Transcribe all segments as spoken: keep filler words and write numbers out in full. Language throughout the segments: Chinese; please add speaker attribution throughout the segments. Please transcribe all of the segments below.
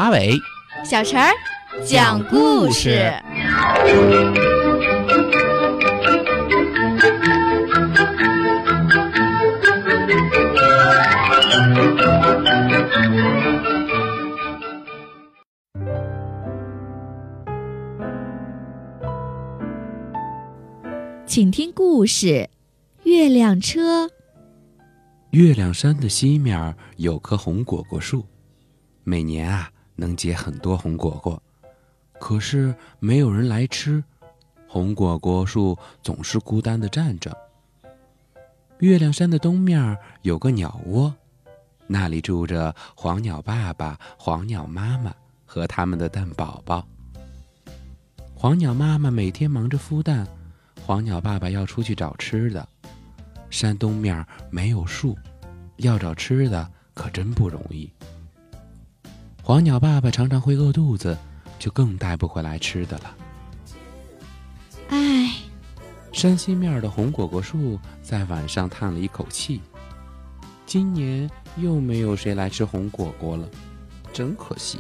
Speaker 1: 阿伟、
Speaker 2: 小陈儿讲故事。请听故事：月亮车。
Speaker 3: 月亮山的西面有棵红果果树，每年啊能结很多红果果，可是没有人来吃，红果果树总是孤单地站着。月亮山的东面有个鸟窝，那里住着黄鸟爸爸、黄鸟妈妈和他们的蛋宝宝。黄鸟妈妈每天忙着孵蛋，黄鸟爸爸要出去找吃的。山东面没有树，要找吃的可真不容易。黄鸟爸爸常常会饿肚子，就更带不回来吃的了。
Speaker 2: 唉，
Speaker 3: 山西面的红果果树在晚上叹了一口气，今年又没有谁来吃红果果了，真可惜。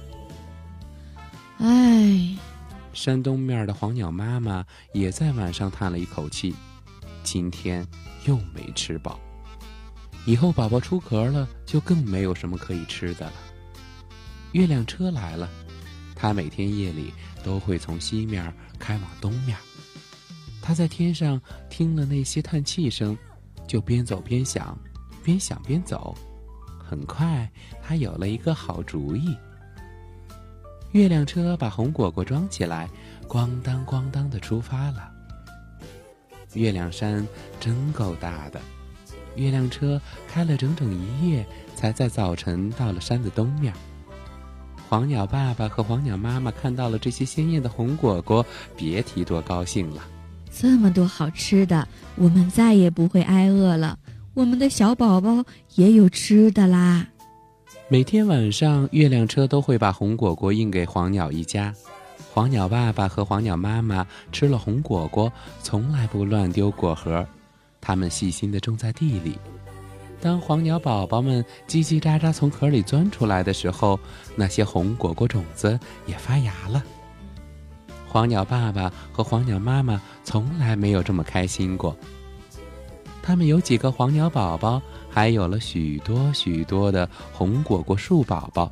Speaker 2: 唉，
Speaker 3: 山东面的黄鸟妈妈也在晚上叹了一口气，今天又没吃饱，以后宝宝出壳了，就更没有什么可以吃的了。月亮车来了，它每天夜里都会从西面开往东面。它在天上听了那些叹气声，就边走边想，边想边走。很快，它有了一个好主意。月亮车把红果果装起来，咣当咣当地出发了。月亮山真够大的，月亮车开了整整一夜，才在早晨到了山的东面。黄鸟爸爸和黄鸟妈妈看到了这些鲜艳的红果果，别提多高兴了。
Speaker 2: 这么多好吃的，我们再也不会挨饿了，我们的小宝宝也有吃的啦。
Speaker 3: 每天晚上，月亮车都会把红果果运给黄鸟一家。黄鸟爸爸和黄鸟妈妈吃了红果果，从来不乱丢果核，他们细心地种在地里。当黄鸟宝宝们叽叽喳喳从壳里钻出来的时候，那些红果果种子也发芽了。黄鸟爸爸和黄鸟妈妈从来没有这么开心过。他们有几个黄鸟宝宝，还有了许多许多的红果果树宝宝。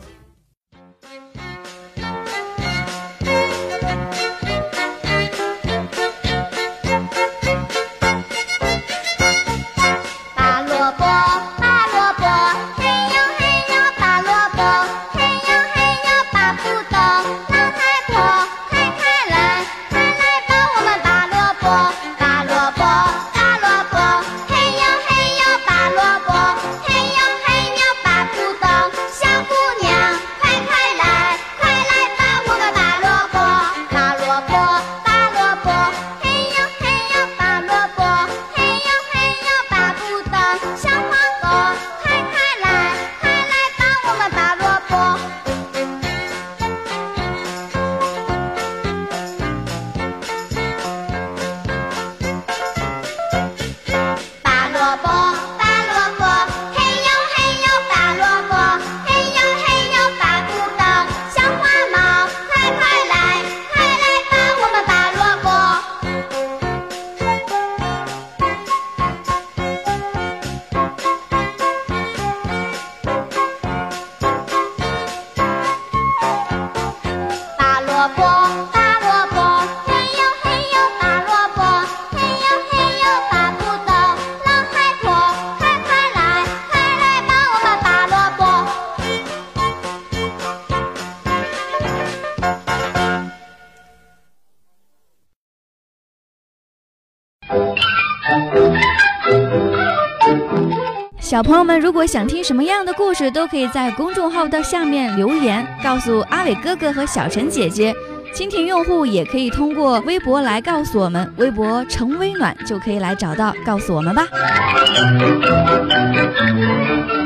Speaker 2: 小朋友们，如果想听什么样的故事，都可以在公众号的下面留言，告诉阿伟哥哥和小陈姐姐。蜻蜓用户也可以通过微博来告诉我们，微博橙微暖就可以来找到，告诉我们吧。